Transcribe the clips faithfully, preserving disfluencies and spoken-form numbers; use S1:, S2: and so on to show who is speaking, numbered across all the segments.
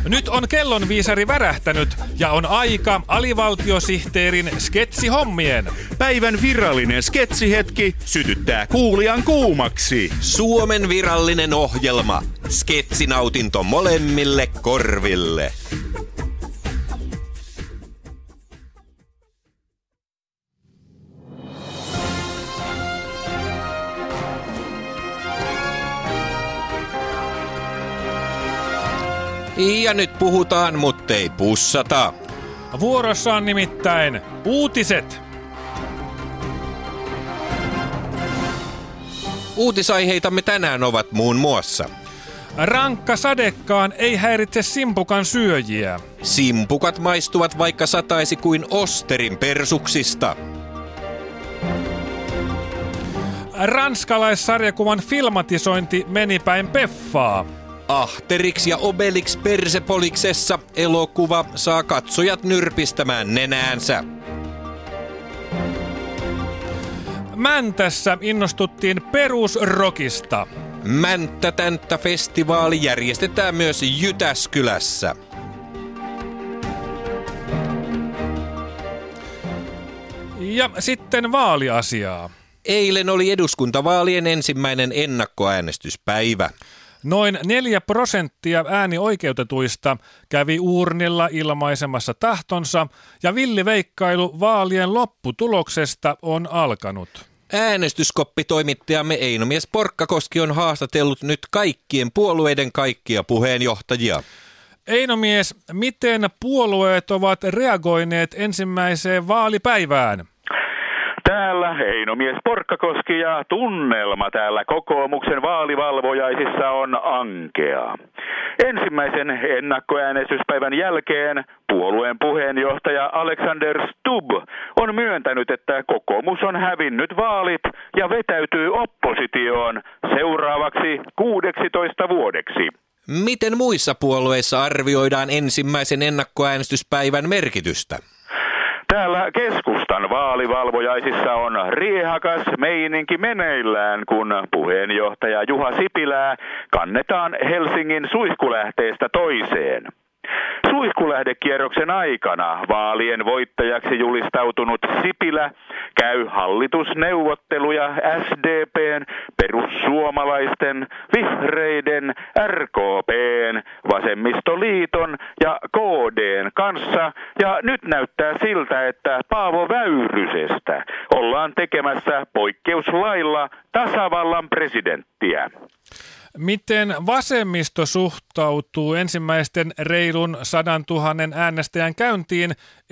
S1: Nyt on kellonviisari värähtänyt ja on aika alivaltiosihteerin sketsihommien.
S2: Päivän virallinen sketsihetki sytyttää kuulijan kuumaksi.
S3: Suomen virallinen ohjelma. Sketsinautinto molemmille korville. Ja nyt puhutaan, mutta ei pussata.
S1: Vuorossa on nimittäin uutiset.
S3: Uutisaiheitamme tänään ovat muun muassa:
S1: rankka sadekaan ei häiritse simpukan syöjiä.
S3: Simpukat maistuvat vaikka sataisi kuin Osterin persuksista.
S1: Ranskalaissarjakuvan filmatisointi meni päin peffaa.
S3: Ahterix ja Obelix Persepoliksessa elokuva saa katsojat nyrpistämään nenäänsä.
S1: Mäntässä innostuttiin perusrockista.
S3: Mänttä-tänttä-festivaali järjestetään myös Jytäskylässä.
S1: Ja sitten vaaliasiaa.
S3: Eilen oli eduskuntavaalien ensimmäinen ennakkoäänestyspäivä.
S1: Noin neljä prosenttia äänioikeutetuista kävi uurnilla ilmaisemassa tahtonsa ja villiveikkailu vaalien lopputuloksesta on alkanut.
S3: Äänestyskoppitoimittajamme Einomies Porkkakoski on haastatellut nyt kaikkien puolueiden kaikkia puheenjohtajia.
S1: Einomies, miten puolueet ovat reagoineet ensimmäiseen vaalipäivään?
S4: Täällä Einomies Porkkakoski ja tunnelma täällä kokoomuksen vaalivalvojaisissa on ankea. Ensimmäisen ennakkoäänestyspäivän jälkeen puolueen puheenjohtaja Alexander Stubb on myöntänyt, että kokoomus on hävinnyt vaalit ja vetäytyy oppositioon seuraavaksi kuudeksitoista vuodeksi.
S3: Miten muissa puolueissa arvioidaan ensimmäisen ennakkoäänestyspäivän merkitystä?
S4: Täällä keskustan vaalivalvojaisissa on riehakas meininki meneillään, kun puheenjohtaja Juha Sipilää kannetaan Helsingin suihkulähteestä toiseen. Suihkulähdekierroksen aikana vaalien voittajaksi julistautunut Sipilä käy hallitusneuvotteluja S D P:n, perussuomalaisten, vihreiden, R K P:n, vasemmistoliiton ja K D:n kanssa, ja nyt näyttää siltä, että Paavo Väyrysestä ollaan tekemässä poikkeuslailla tasavallan presidenttiä.
S1: Miten vasemmisto suhtautuu ensimmäisten reilun sadantuhannen äänestäjän käyntiin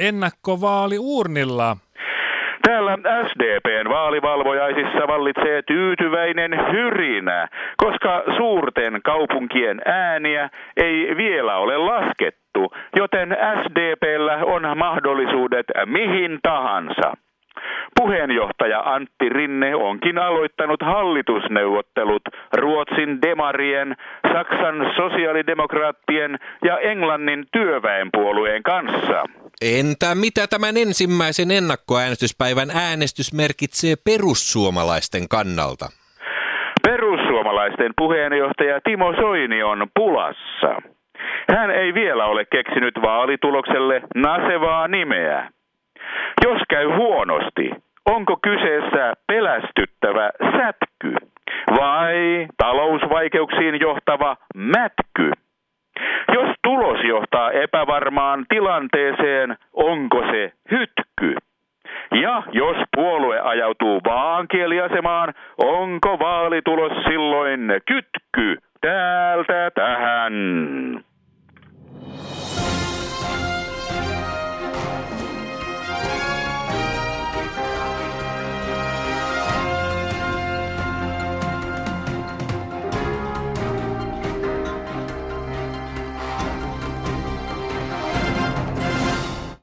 S1: ennakkovaaliuurnilla?
S4: Täällä S D P:n vaalivalvojaisissa vallitsee tyytyväinen hyrinä, koska suurten kaupunkien ääniä ei vielä ole laskettu, joten S D P:llä on mahdollisuudet mihin tahansa. Puheenjohtaja Antti Rinne onkin aloittanut hallitusneuvottelut Ruotsin demarien, Saksan sosiaalidemokraattien ja Englannin työväenpuolueen kanssa.
S3: Entä mitä tämän ensimmäisen ennakkoäänestyspäivän äänestys merkitsee perussuomalaisten kannalta?
S4: Perussuomalaisten puheenjohtaja Timo Soini on pulassa. Hän ei vielä ole keksinyt vaalitulokselle nasevaa nimeä. Jos käy huonosti, onko kyseessä pelästyttävä sätky vai talousvaikeuksiin johtava mätky? Jos tulos johtaa epävarmaan tilanteeseen, onko se hytky? Ja jos puolue ajautuu vaankieliasemaan, onko vaalitulos silloin kytky täältä tähän?